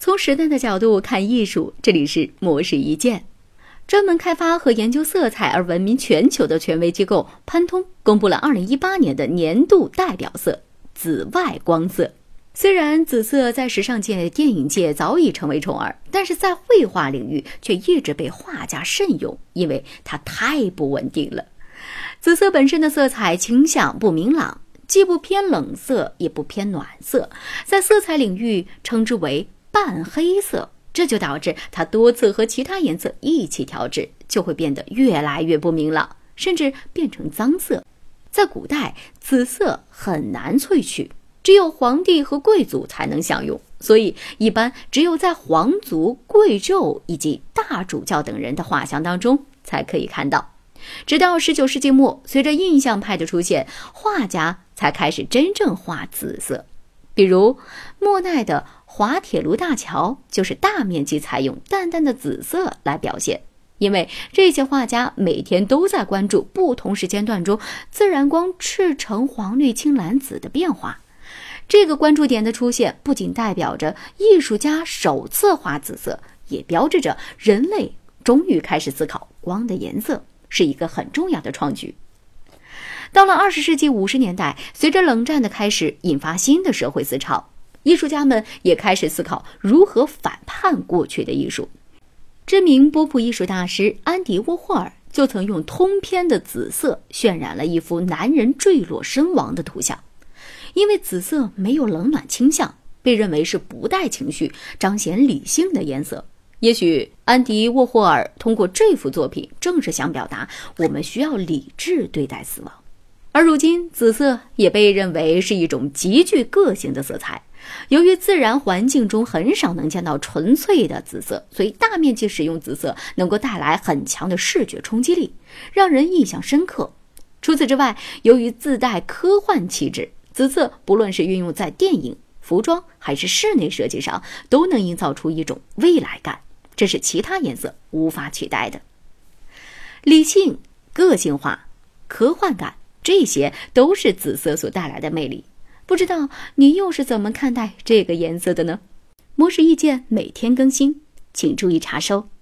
从时代的角度看艺术，这里是魔石一见。专门开发和研究色彩而闻名全球的权威机构潘通公布了2018年的年度代表色紫外光色。虽然紫色在时尚界、电影界早已成为宠儿，但是在绘画领域却一直被画家慎用，因为它太不稳定了。紫色本身的色彩倾向不明朗，既不偏冷色也不偏暖色，在色彩领域称之为半黑色，这就导致它多次和其他颜色一起调制，就会变得越来越不明朗，甚至变成脏色。在古代，紫色很难萃取，只有皇帝和贵族才能享用，所以一般只有在皇族、贵胄以及大主教等人的画像当中才可以看到。直到19世纪末，随着印象派的出现，画家才开始真正画紫色。比如莫奈的滑铁卢大桥就是大面积采用淡淡的紫色来表现，因为这些画家每天都在关注不同时间段中自然光赤橙黄绿青蓝紫的变化。这个关注点的出现不仅代表着艺术家首次画紫色，也标志着人类终于开始思考光的颜色，是一个很重要的创举。到了20世纪50年代，随着冷战的开始，引发新的社会思潮，艺术家们也开始思考如何反叛过去的艺术。知名波普艺术大师安迪沃霍尔就曾用通篇的紫色渲染了一幅男人坠落身亡的图像。因为紫色没有冷暖倾向，被认为是不带情绪、彰显理性的颜色。也许安迪沃霍尔通过这幅作品正是想表达我们需要理智对待死亡。而如今，紫色也被认为是一种极具个性的色彩。由于自然环境中很少能见到纯粹的紫色，所以大面积使用紫色能够带来很强的视觉冲击力，让人印象深刻。除此之外，由于自带科幻气质，紫色不论是运用在电影、服装还是室内设计上，都能营造出一种未来感，这是其他颜色无法取代的。理性、个性化、科幻感，这些都是紫色所带来的魅力。不知道你又是怎么看待这个颜色的呢？魔石意见每天更新，请注意查收。